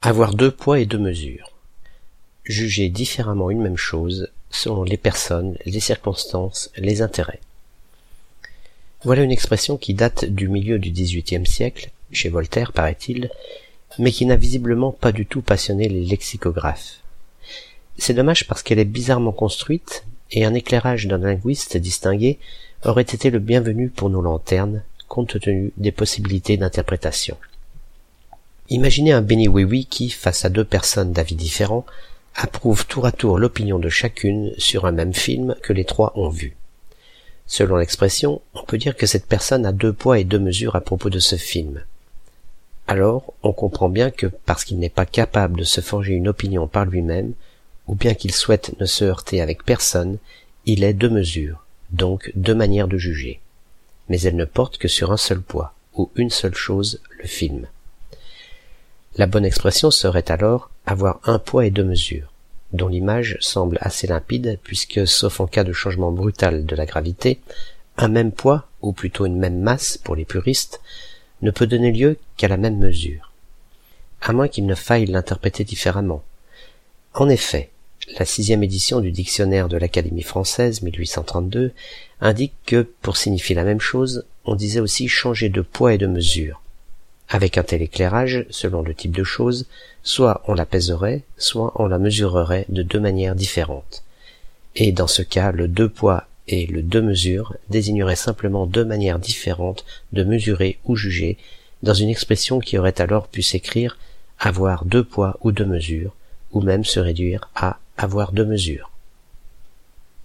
Avoir deux poids et deux mesures. Juger différemment une même chose selon les personnes, les circonstances, les intérêts. Voilà une expression qui date du milieu du XVIIIe siècle, chez Voltaire paraît-il, mais qui n'a visiblement pas du tout passionné les lexicographes. C'est dommage parce qu'elle est bizarrement construite, et un éclairage d'un linguiste distingué aurait été le bienvenu pour nos lanternes, compte tenu des possibilités d'interprétation. Imaginez un béni oui-oui qui, face à deux personnes d'avis différents, approuve tour à tour l'opinion de chacune sur un même film que les trois ont vu. Selon l'expression, on peut dire que cette personne a deux poids et deux mesures à propos de ce film. Alors, on comprend bien que parce qu'il n'est pas capable de se forger une opinion par lui-même, ou bien qu'il souhaite ne se heurter avec personne, il est deux mesures, donc deux manières de juger. Mais elles ne portent que sur un seul poids, ou une seule chose, le film. La bonne expression serait alors avoir un poids et deux mesures, dont l'image semble assez limpide puisque, sauf en cas de changement brutal de la gravité, un même poids, ou plutôt une même masse pour les puristes, ne peut donner lieu qu'à la même mesure, à moins qu'il ne faille l'interpréter différemment. En effet, la 6e édition du dictionnaire de l'Académie française 1832 indique que, pour signifier la même chose, on disait aussi changer de poids et de mesure. Avec un tel éclairage, selon le type de chose, soit on la pèserait, soit on la mesurerait de deux manières différentes. Et dans ce cas, le deux poids et le deux mesures désigneraient simplement deux manières différentes de mesurer ou juger, dans une expression qui aurait alors pu s'écrire avoir deux poids ou deux mesures, ou même se réduire à avoir deux mesures.